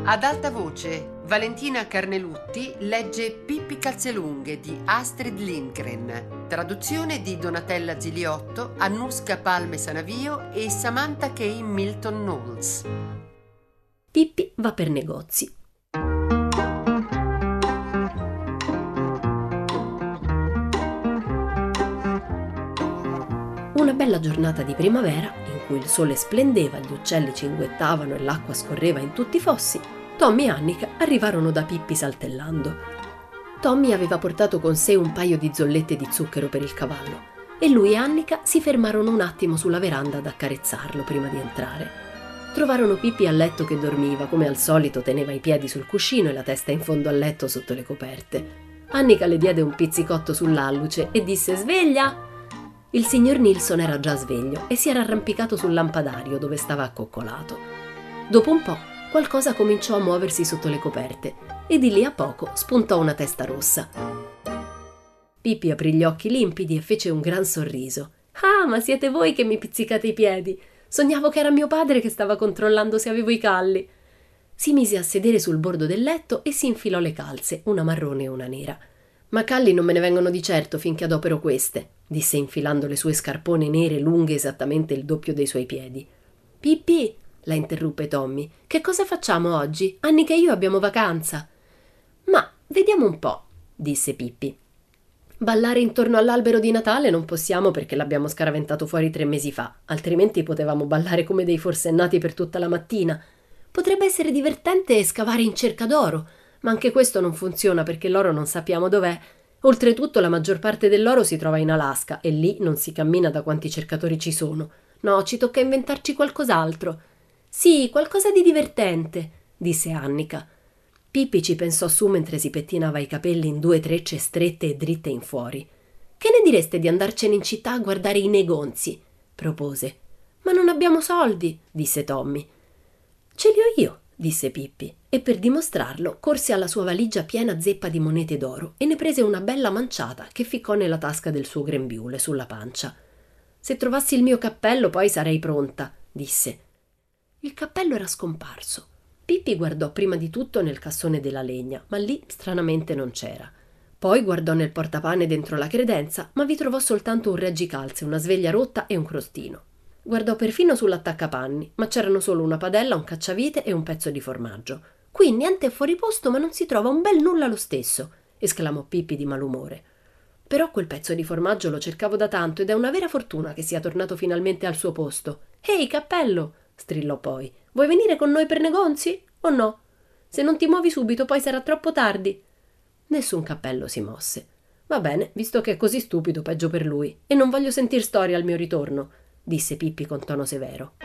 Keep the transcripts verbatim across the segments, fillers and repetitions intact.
Ad alta voce, Valentina Carnelutti legge Pippi Calzelunghe di Astrid Lindgren, traduzione di Donatella Ziliotto, Annuska Palme Sanavio e Samantha K. Milton Knowles. Pippi va per negozi. Una bella giornata di primavera, in cui il sole splendeva, gli uccelli cinguettavano e l'acqua scorreva in tutti i fossi, Tommy e Annika arrivarono da Pippi saltellando. Tommy aveva portato con sé un paio di zollette di zucchero per il cavallo e lui e Annika si fermarono un attimo sulla veranda ad accarezzarlo prima di entrare. Trovarono Pippi a letto che dormiva, come al solito teneva i piedi sul cuscino e la testa in fondo al letto sotto le coperte. Annika le diede un pizzicotto sull'alluce e disse «Sveglia!». Il signor Nilsson era già sveglio e si era arrampicato sul lampadario dove stava accoccolato. Dopo un po' qualcosa cominciò a muoversi sotto le coperte e di lì a poco spuntò una testa rossa. Pippi aprì gli occhi limpidi e fece un gran sorriso. «Ah, ma siete voi che mi pizzicate i piedi! Sognavo che era mio padre che stava controllando se avevo i calli!» Si mise a sedere sul bordo del letto e si infilò le calze, una marrone e una nera. «Ma calli non me ne vengono di certo finché adopero queste», disse infilando le sue scarpone nere lunghe esattamente il doppio dei suoi piedi. «Pippi», la interruppe Tommy, «che cosa facciamo oggi? Annika e io abbiamo vacanza». «Ma vediamo un po'», disse Pippi. «Ballare intorno all'albero di Natale non possiamo perché l'abbiamo scaraventato fuori tre mesi fa, altrimenti potevamo ballare come dei forsennati per tutta la mattina. Potrebbe essere divertente scavare in cerca d'oro, ma anche questo non funziona perché l'oro non sappiamo dov'è. Oltretutto la maggior parte dell'oro si trova in Alaska e lì non si cammina da quanti cercatori ci sono. No, ci tocca inventarci qualcos'altro». «Sì, qualcosa di divertente», disse Annika. Pippi ci pensò su mentre si pettinava i capelli in due trecce strette e dritte in fuori. «Che ne direste di andarcene in città a guardare i negozi?» propose. «Ma non abbiamo soldi», disse Tommy. «Ce li ho io», disse Pippi, e per dimostrarlo corse alla sua valigia piena zeppa di monete d'oro e ne prese una bella manciata che ficcò nella tasca del suo grembiule sulla pancia. «Se trovassi il mio cappello poi sarei pronta», disse. Il cappello era scomparso. Pippi guardò prima di tutto nel cassone della legna, ma lì stranamente non c'era. Poi guardò nel portapane dentro la credenza, ma vi trovò soltanto un reggicalze, una sveglia rotta e un crostino. Guardò perfino sull'attaccapanni, ma c'erano solo una padella, un cacciavite e un pezzo di formaggio. «Qui niente è fuori posto, ma non si trova un bel nulla lo stesso», esclamò Pippi di malumore. «Però quel pezzo di formaggio lo cercavo da tanto ed è una vera fortuna che sia tornato finalmente al suo posto». «Ehi, cappello!» strillò poi. «Vuoi venire con noi per negozi o no? Se non ti muovi subito poi sarà troppo tardi». Nessun cappello si mosse. «Va bene, visto che è così stupido, peggio per lui, e non voglio sentir storie al mio ritorno», disse Pippi con tono severo.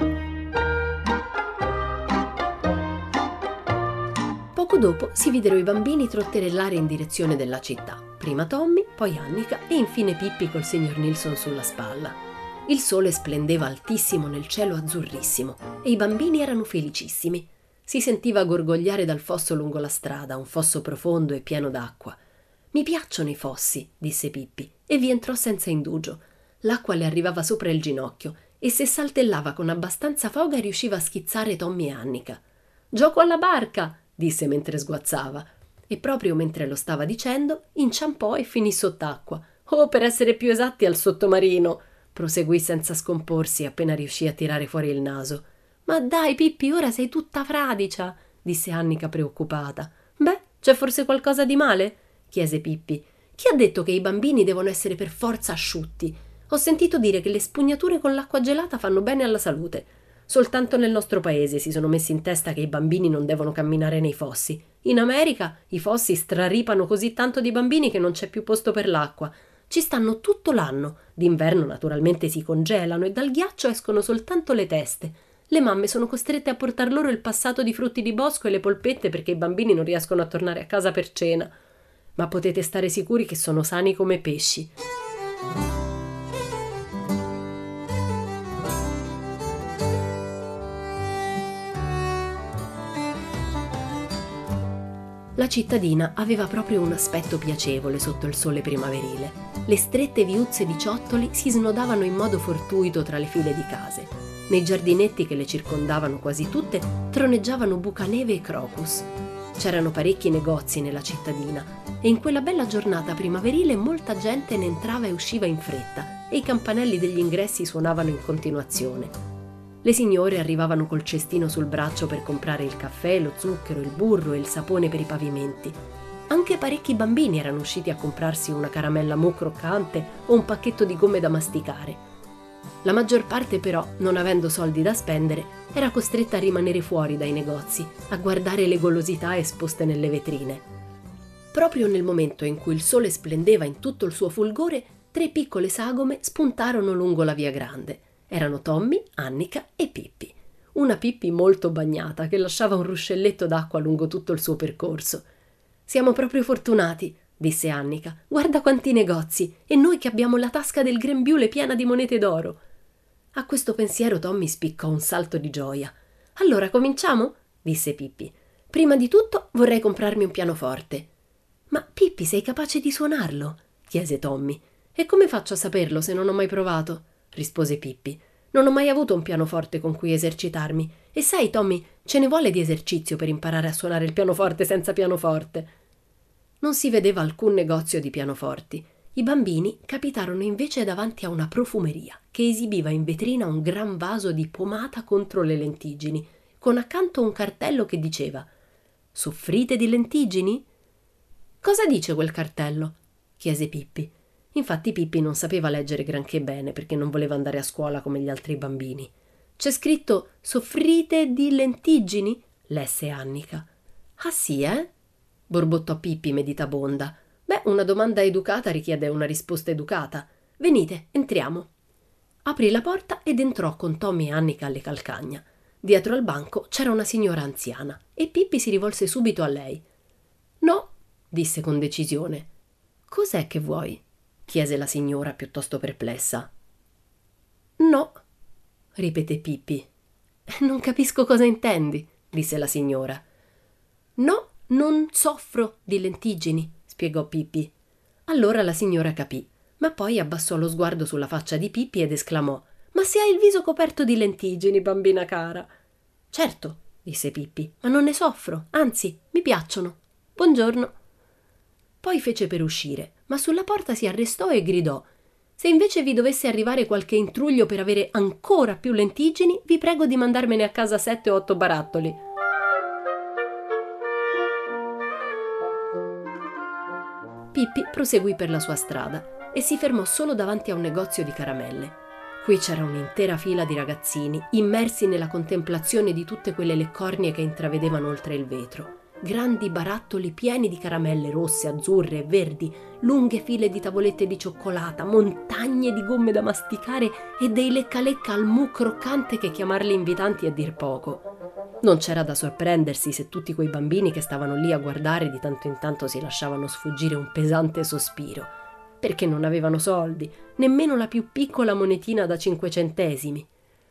Poco dopo si videro i bambini trotterellare in direzione della città, prima Tommy, poi Annika e infine Pippi col signor Nilsson sulla spalla. Il sole splendeva altissimo nel cielo azzurrissimo e i bambini erano felicissimi. Si sentiva gorgogliare dal fosso lungo la strada, un fosso profondo e pieno d'acqua. «Mi piacciono i fossi», disse Pippi, e vi entrò senza indugio. L'acqua le arrivava sopra il ginocchio e se saltellava con abbastanza foga riusciva a schizzare Tommy e Annika. «Gioco alla barca», disse mentre sguazzava, e proprio mentre lo stava dicendo inciampò e finì sott'acqua. «Oh, per essere più esatti al sottomarino», proseguì senza scomporsi appena riuscì a tirare fuori il naso. «Ma dai, Pippi, ora sei tutta fradicia», disse Annika preoccupata. «Beh, c'è forse qualcosa di male?» chiese Pippi. «Chi ha detto che i bambini devono essere per forza asciutti? Ho sentito dire che le spugnature con l'acqua gelata fanno bene alla salute. Soltanto nel nostro paese si sono messi in testa che i bambini non devono camminare nei fossi. In America i fossi straripano così tanto di bambini che non c'è più posto per l'acqua. Ci stanno tutto l'anno. D'inverno naturalmente si congelano e dal ghiaccio escono soltanto le teste. Le mamme sono costrette a portar loro il passato di frutti di bosco e le polpette perché i bambini non riescono a tornare a casa per cena. Ma potete stare sicuri che sono sani come pesci». La cittadina aveva proprio un aspetto piacevole sotto il sole primaverile. Le strette viuzze di ciottoli si snodavano in modo fortuito tra le file di case. Nei giardinetti che le circondavano quasi tutte troneggiavano bucaneve e crocus. C'erano parecchi negozi nella cittadina e in quella bella giornata primaverile molta gente ne entrava e usciva in fretta e i campanelli degli ingressi suonavano in continuazione. Le signore arrivavano col cestino sul braccio per comprare il caffè, lo zucchero, il burro e il sapone per i pavimenti. Anche parecchi bambini erano usciti a comprarsi una caramella mou croccante o un pacchetto di gomme da masticare. La maggior parte però, non avendo soldi da spendere, era costretta a rimanere fuori dai negozi, a guardare le golosità esposte nelle vetrine. Proprio nel momento in cui il sole splendeva in tutto il suo fulgore, tre piccole sagome spuntarono lungo la via grande. Erano Tommy, Annika e Pippi. Una Pippi molto bagnata che lasciava un ruscelletto d'acqua lungo tutto il suo percorso. «Siamo proprio fortunati», disse Annika. «Guarda quanti negozi, e noi che abbiamo la tasca del grembiule piena di monete d'oro». A questo pensiero Tommy spiccò un salto di gioia. «Allora cominciamo?» disse Pippi. «Prima di tutto vorrei comprarmi un pianoforte». «Ma Pippi, sei capace di suonarlo?» chiese Tommy. «E come faccio a saperlo se non ho mai provato?» rispose Pippi. «Non ho mai avuto un pianoforte con cui esercitarmi. E sai, Tommy, ce ne vuole di esercizio per imparare a suonare il pianoforte senza pianoforte». Non si vedeva alcun negozio di pianoforti. I bambini capitarono invece davanti a una profumeria che esibiva in vetrina un gran vaso di pomata contro le lentiggini, con accanto un cartello che diceva «Soffrite di lentiggini?» «Cosa dice quel cartello?» chiese Pippi. Infatti Pippi non sapeva leggere granché bene perché non voleva andare a scuola come gli altri bambini. «C'è scritto soffrite di lentiggini?» lesse Annika. «Ah sì, eh?» borbottò Pippi meditabonda. «Beh, una domanda educata richiede una risposta educata. Venite, entriamo». Aprì la porta ed entrò con Tommy e Annika alle calcagna. Dietro al banco c'era una signora anziana e Pippi si rivolse subito a lei. «No», disse con decisione. «Cos'è che vuoi?» chiese la signora piuttosto perplessa. «No», ripeté Pippi. «Non capisco cosa intendi», disse la signora. «No, non soffro di lentiggini», spiegò Pippi. Allora la signora capì, ma poi abbassò lo sguardo sulla faccia di Pippi ed esclamò: «Ma se hai il viso coperto di lentiggini, bambina cara!» «Certo», disse Pippi, «ma non ne soffro, anzi, mi piacciono. Buongiorno». Poi fece per uscire, ma sulla porta si arrestò e gridò: «Se invece vi dovesse arrivare qualche intruglio per avere ancora più lentiggini, vi prego di mandarmene a casa sette o otto barattoli». Pippi proseguì per la sua strada e si fermò solo davanti a un negozio di caramelle. Qui c'era un'intera fila di ragazzini immersi nella contemplazione di tutte quelle leccornie che intravedevano oltre il vetro. Grandi barattoli pieni di caramelle rosse, azzurre e verdi, lunghe file di tavolette di cioccolata, montagne di gomme da masticare e dei lecca-lecca al mou croccante che chiamarli invitanti a dir poco. Non c'era da sorprendersi se tutti quei bambini che stavano lì a guardare di tanto in tanto si lasciavano sfuggire un pesante sospiro, perché non avevano soldi, nemmeno la più piccola monetina da cinque centesimi.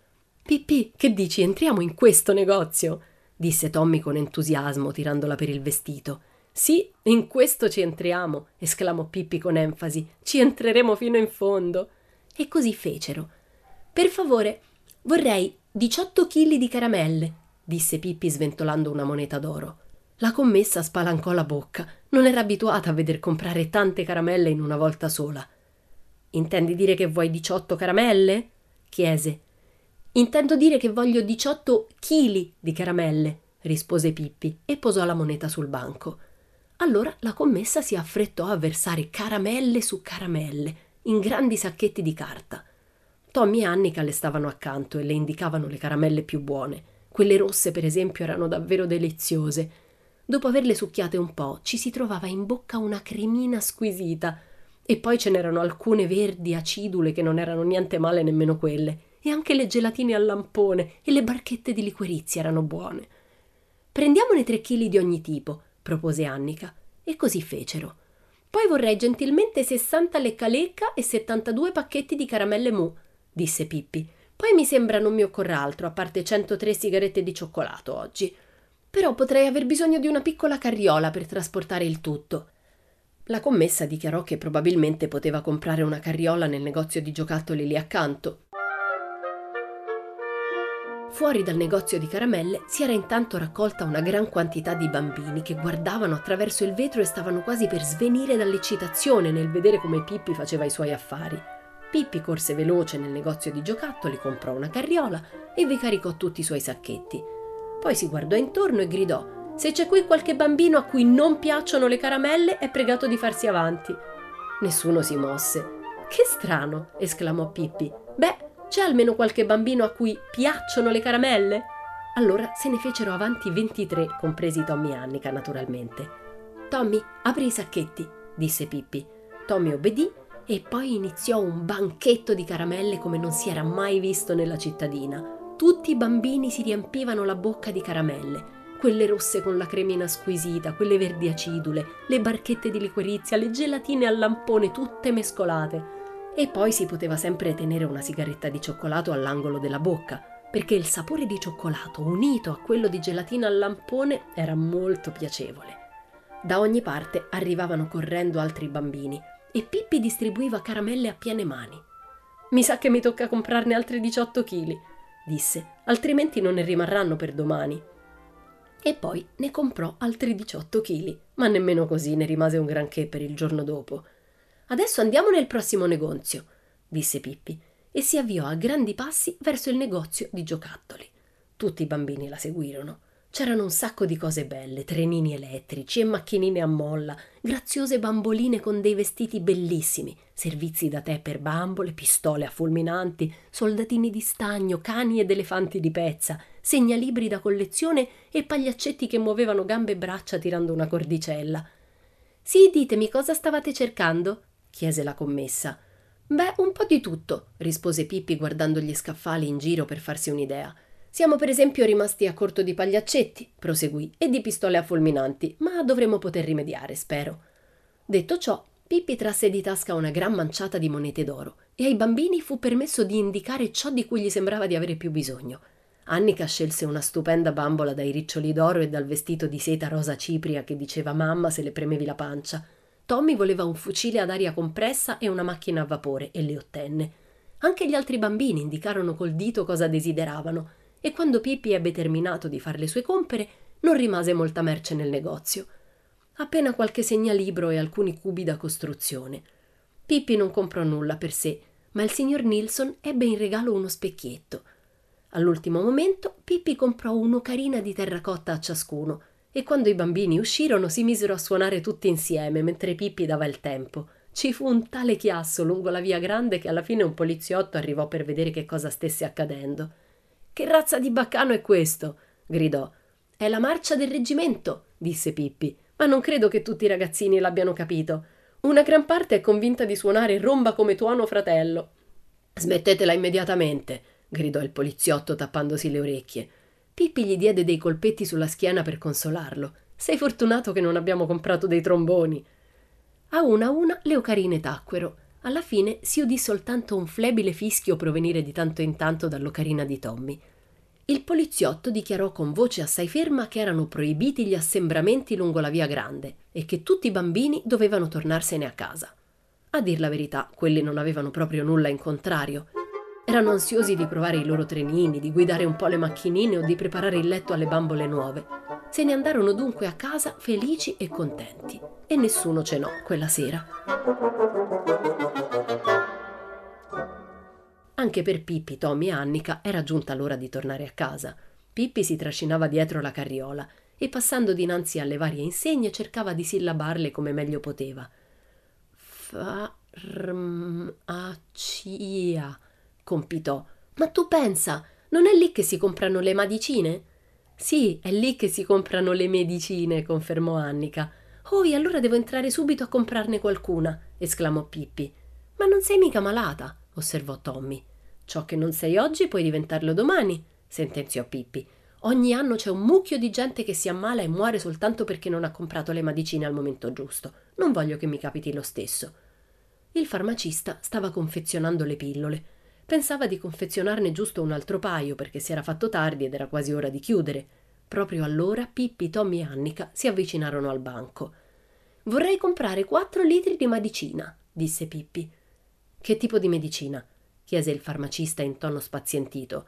«Pippi, che dici, entriamo in questo negozio?» disse Tommy con entusiasmo, tirandola per il vestito. «Sì, in questo ci entriamo», esclamò Pippi con enfasi. «Ci entreremo fino in fondo». E così fecero. «Per favore, vorrei diciotto chili di caramelle», disse Pippi sventolando una moneta d'oro. La commessa spalancò la bocca. Non era abituata a veder comprare tante caramelle in una volta sola. «Intendi dire che vuoi diciotto caramelle?» chiese. «Intendo dire che voglio diciotto chili di caramelle», rispose Pippi e posò la moneta sul banco. Allora la commessa si affrettò a versare caramelle su caramelle in grandi sacchetti di carta. Tommy e Annika le stavano accanto e le indicavano le caramelle più buone. Quelle rosse, per esempio, erano davvero deliziose. Dopo averle succhiate un po', ci si trovava in bocca una cremina squisita. E poi ce n'erano alcune verdi, acidule, che non erano niente male nemmeno quelle. E anche le gelatine al lampone e le barchette di liquorizi erano buone. «Prendiamone tre chili di ogni tipo», propose Annika. E così fecero. «Poi vorrei gentilmente sessanta lecca-lecca e settantadue pacchetti di caramelle mou», disse Pippi. «Poi mi sembra non mi occorra altro, a parte centotré sigarette di cioccolato oggi. Però potrei aver bisogno di una piccola carriola per trasportare il tutto». La commessa dichiarò che probabilmente poteva comprare una carriola nel negozio di giocattoli lì accanto. Fuori dal negozio di caramelle si era intanto raccolta una gran quantità di bambini che guardavano attraverso il vetro e stavano quasi per svenire dall'eccitazione nel vedere come Pippi faceva i suoi affari. Pippi corse veloce nel negozio di giocattoli, comprò una carriola e vi caricò tutti i suoi sacchetti. Poi si guardò intorno e gridò: «Se c'è qui qualche bambino a cui non piacciono le caramelle, è pregato di farsi avanti». Nessuno si mosse. «Che strano!» esclamò Pippi. «Beh, c'è almeno qualche bambino a cui piacciono le caramelle?» Allora se ne fecero avanti ventitré, compresi Tommy e Annika, naturalmente. «Tommy, apri i sacchetti», disse Pippi. Tommy obbedì e poi iniziò un banchetto di caramelle come non si era mai visto nella cittadina. Tutti i bambini si riempivano la bocca di caramelle, quelle rosse con la cremina squisita, quelle verdi acidule, le barchette di liquirizia, le gelatine al lampone, tutte mescolate. E poi si poteva sempre tenere una sigaretta di cioccolato all'angolo della bocca, perché il sapore di cioccolato unito a quello di gelatina al lampone era molto piacevole. Da ogni parte arrivavano correndo altri bambini e Pippi distribuiva caramelle a piene mani. «Mi sa che mi tocca comprarne altri diciotto chili», disse, «altrimenti non ne rimarranno per domani». E poi ne comprò altri diciotto chili, ma nemmeno così ne rimase un granché per il giorno dopo. «Adesso andiamo nel prossimo negozio», disse Pippi, e si avviò a grandi passi verso il negozio di giocattoli. Tutti i bambini la seguirono. C'erano un sacco di cose belle, trenini elettrici e macchinine a molla, graziose bamboline con dei vestiti bellissimi, servizi da tè per bambole, pistole a fulminanti, soldatini di stagno, cani ed elefanti di pezza, segnalibri da collezione e pagliaccetti che muovevano gambe e braccia tirando una cordicella. «Sì, ditemi, cosa stavate cercando?» chiese la commessa. «Beh, un po' di tutto», rispose Pippi guardando gli scaffali in giro per farsi un'idea. «Siamo per esempio rimasti a corto di pagliaccetti», proseguì, «e di pistole a fulminanti, ma dovremo poter rimediare, spero». Detto ciò, Pippi trasse di tasca una gran manciata di monete d'oro e ai bambini fu permesso di indicare ciò di cui gli sembrava di avere più bisogno. Annika scelse una stupenda bambola dai riccioli d'oro e dal vestito di seta rosa cipria che diceva «mamma se le premevi la pancia». Tommy voleva un fucile ad aria compressa e una macchina a vapore e le ottenne. Anche gli altri bambini indicarono col dito cosa desideravano e quando Pippi ebbe terminato di fare le sue compere non rimase molta merce nel negozio. Appena qualche segnalibro e alcuni cubi da costruzione. Pippi non comprò nulla per sé, ma il signor Nilsson ebbe in regalo uno specchietto. All'ultimo momento Pippi comprò un'ocarina di terracotta a ciascuno e quando i bambini uscirono si misero a suonare tutti insieme mentre Pippi dava il tempo. Ci fu un tale chiasso lungo la via grande che alla fine un poliziotto arrivò per vedere che cosa stesse accadendo. «Che razza di baccano è questo?» gridò. «È la marcia del reggimento», disse Pippi, «ma non credo che tutti i ragazzini l'abbiano capito. Una gran parte è convinta di suonare Romba come tuono fratello». «Smettetela immediatamente», gridò il poliziotto tappandosi le orecchie. Pippi gli diede dei colpetti sulla schiena per consolarlo. «Sei fortunato che non abbiamo comprato dei tromboni». A una a una le ocarine tacquero. Alla fine si udì soltanto un flebile fischio provenire di tanto in tanto dall'ocarina di Tommy. Il poliziotto dichiarò con voce assai ferma che erano proibiti gli assembramenti lungo la via grande e che tutti i bambini dovevano tornarsene a casa. A dir la verità, quelli non avevano proprio nulla in contrario. Erano ansiosi di provare i loro trenini, di guidare un po' le macchinine o di preparare il letto alle bambole nuove. Se ne andarono dunque a casa felici e contenti e nessuno cenò quella sera. Anche per Pippi, Tommy e Annika era giunta l'ora di tornare a casa. Pippi si trascinava dietro la carriola e passando dinanzi alle varie insegne cercava di sillabarle come meglio poteva. Farmacia, compitò. «Ma tu pensa, non è lì che si comprano le medicine?» «Sì, è lì che si comprano le medicine», confermò Annika. «Oh, e allora devo entrare subito a comprarne qualcuna», esclamò Pippi. «Ma non sei mica malata», osservò Tommy. «Ciò che non sei oggi puoi diventarlo domani», sentenziò Pippi. «Ogni anno c'è un mucchio di gente che si ammala e muore soltanto perché non ha comprato le medicine al momento giusto. Non voglio che mi capiti lo stesso». Il farmacista stava confezionando le pillole. Pensava di confezionarne giusto un altro paio perché si era fatto tardi ed era quasi ora di chiudere. Proprio allora Pippi, Tommy e Annika si avvicinarono al banco. «Vorrei comprare quattro litri di medicina», disse Pippi. «Che tipo di medicina?» chiese il farmacista in tono spazientito.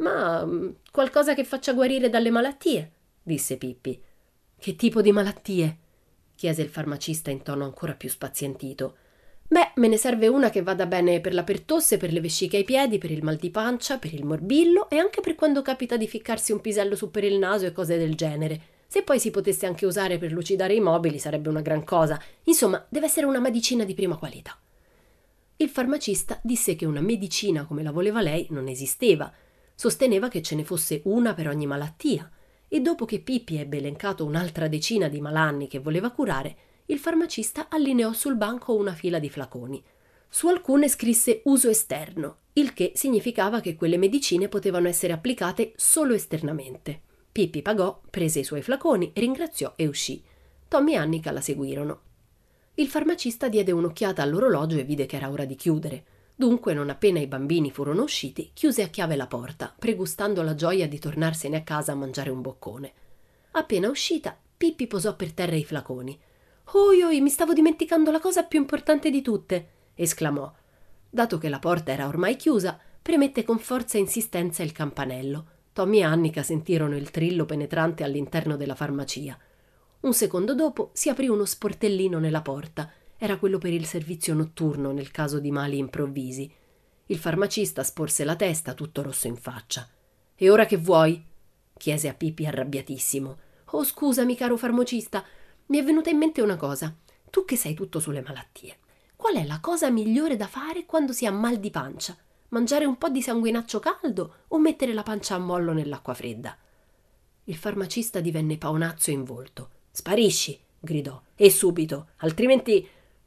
Ma qualcosa che faccia guarire dalle malattie, disse Pippi. Che tipo di malattie? Chiese il farmacista in tono ancora più spazientito. Beh, me ne serve una che vada bene per la pertosse, per le vesciche ai piedi, per il mal di pancia, per il morbillo e anche per quando capita di ficcarsi un pisello su per il naso e cose del genere. Se poi si potesse anche usare per lucidare i mobili sarebbe una gran cosa. Insomma, deve essere una medicina di prima qualità. Il farmacista disse che una medicina come la voleva lei non esisteva. Sosteneva che ce ne fosse una per ogni malattia e dopo che Pippi ebbe elencato un'altra decina di malanni che voleva curare, il farmacista allineò sul banco una fila di flaconi. Su alcune scrisse uso esterno, il che significava che quelle medicine potevano essere applicate solo esternamente. Pippi pagò, prese i suoi flaconi, ringraziò e uscì. Tommy e Annika la seguirono. Il farmacista diede un'occhiata all'orologio e vide che era ora di chiudere. Dunque, non appena i bambini furono usciti, chiuse a chiave la porta, pregustando la gioia di tornarsene a casa a mangiare un boccone. Appena uscita, Pippi posò per terra i flaconi. «Oi, oi, mi stavo dimenticando la cosa più importante di tutte!» esclamò. Dato che la porta era ormai chiusa, premette con forza e insistenza il campanello. Tommy e Annika sentirono il trillo penetrante all'interno della farmacia. Un secondo dopo si aprì uno sportellino nella porta. Era quello per il servizio notturno nel caso di mali improvvisi. Il farmacista sporse la testa, tutto rosso in faccia. «E ora che vuoi?» chiese a Pippi arrabbiatissimo. «Oh, scusami, caro farmacista, mi è venuta in mente una cosa. Tu che sai tutto sulle malattie, qual è la cosa migliore da fare quando si ha mal di pancia? Mangiare un po' di sanguinaccio caldo o mettere la pancia a mollo nell'acqua fredda?» Il farmacista divenne paonazzo in volto. «Sparisci!» gridò. «E subito, altrimenti…»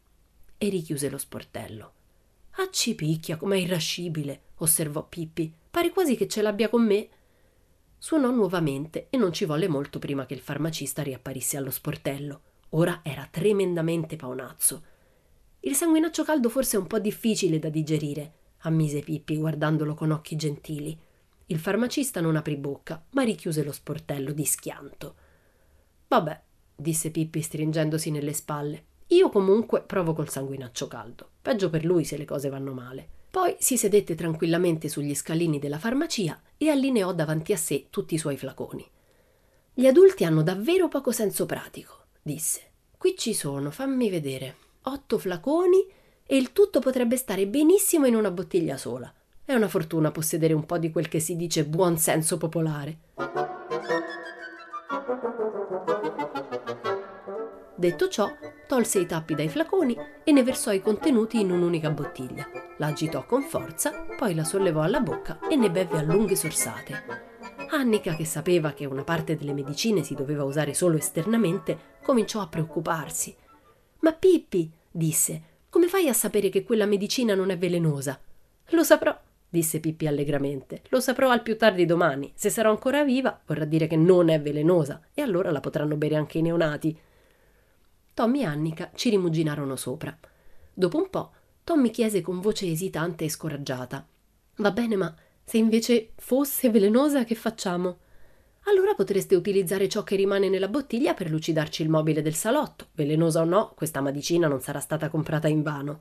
e richiuse lo sportello. «Accipicchia, com'è irascibile!» osservò Pippi. «Pare quasi che ce l'abbia con me!» Suonò nuovamente e non ci volle molto prima che il farmacista riapparisse allo sportello. Ora era tremendamente paonazzo. «Il sanguinaccio caldo forse è un po' difficile da digerire», ammise Pippi guardandolo con occhi gentili. Il farmacista non aprì bocca, ma richiuse lo sportello di schianto. «Vabbè», disse Pippi stringendosi nelle spalle, «io comunque provo col sanguinaccio caldo. Peggio per lui se le cose vanno male». Poi si sedette tranquillamente sugli scalini della farmacia e allineò davanti a sé tutti i suoi flaconi. «Gli adulti hanno davvero poco senso pratico», disse. «Qui ci sono, fammi vedere, otto flaconi e il tutto potrebbe stare benissimo in una bottiglia sola. È una fortuna possedere un po' di quel che si dice buon senso popolare». Detto ciò, tolse i tappi dai flaconi e ne versò i contenuti in un'unica bottiglia. La agitò con forza, poi la sollevò alla bocca e ne bevve a lunghe sorsate. Annika, che sapeva che una parte delle medicine si doveva usare solo esternamente, cominciò a preoccuparsi. «Ma Pippi», disse, «come fai a sapere che quella medicina non è velenosa?» «Lo saprò», disse Pippi allegramente. «Lo saprò al più tardi domani. Se sarò ancora viva, vorrà dire che non è velenosa e allora la potranno bere anche i neonati». Tommy e Annika ci rimuginarono sopra. Dopo un po', Tommy chiese con voce esitante e scoraggiata: «Va bene, ma se invece fosse velenosa, che facciamo?» «Allora potreste utilizzare ciò che rimane nella bottiglia per lucidarci il mobile del salotto. Velenosa o no, questa medicina non sarà stata comprata invano».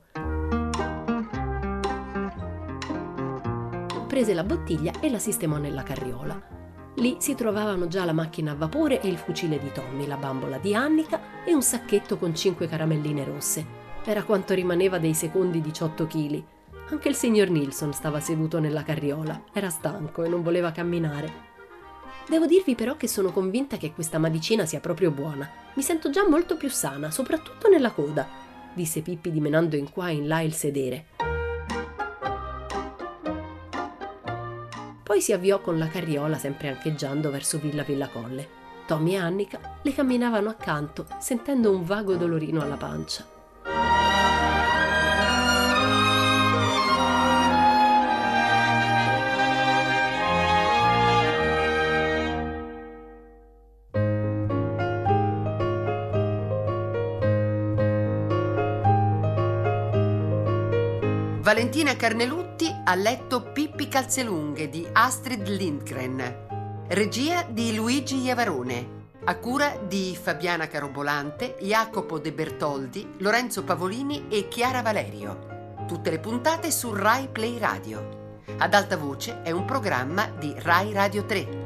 Prese la bottiglia e la sistemò nella carriola. Lì si trovavano già la macchina a vapore e il fucile di Tommy, la bambola di Annika e un sacchetto con cinque caramelline rosse. Era quanto rimaneva dei secondi diciotto chili. Anche il signor Nilsson stava seduto nella carriola. Era stanco e non voleva camminare. «Devo dirvi però che sono convinta che questa medicina sia proprio buona. Mi sento già molto più sana, soprattutto nella coda», disse Pippi dimenando in qua e in là il sedere. Poi si avviò con la carriola, sempre ancheggiando, verso Villa Villacolle. Tommy e Annika le camminavano accanto, sentendo un vago dolorino alla pancia. Valentina Carnelutti ha letto Pippi Calzelunghe di Astrid Lindgren. Regia di Luigi Iavarone. A cura di Fabiana Carobolante, Jacopo De Bertoldi, Lorenzo Pavolini e Chiara Valerio. Tutte le puntate su Rai Play Radio. Ad alta voce è un programma di Rai Radio tre.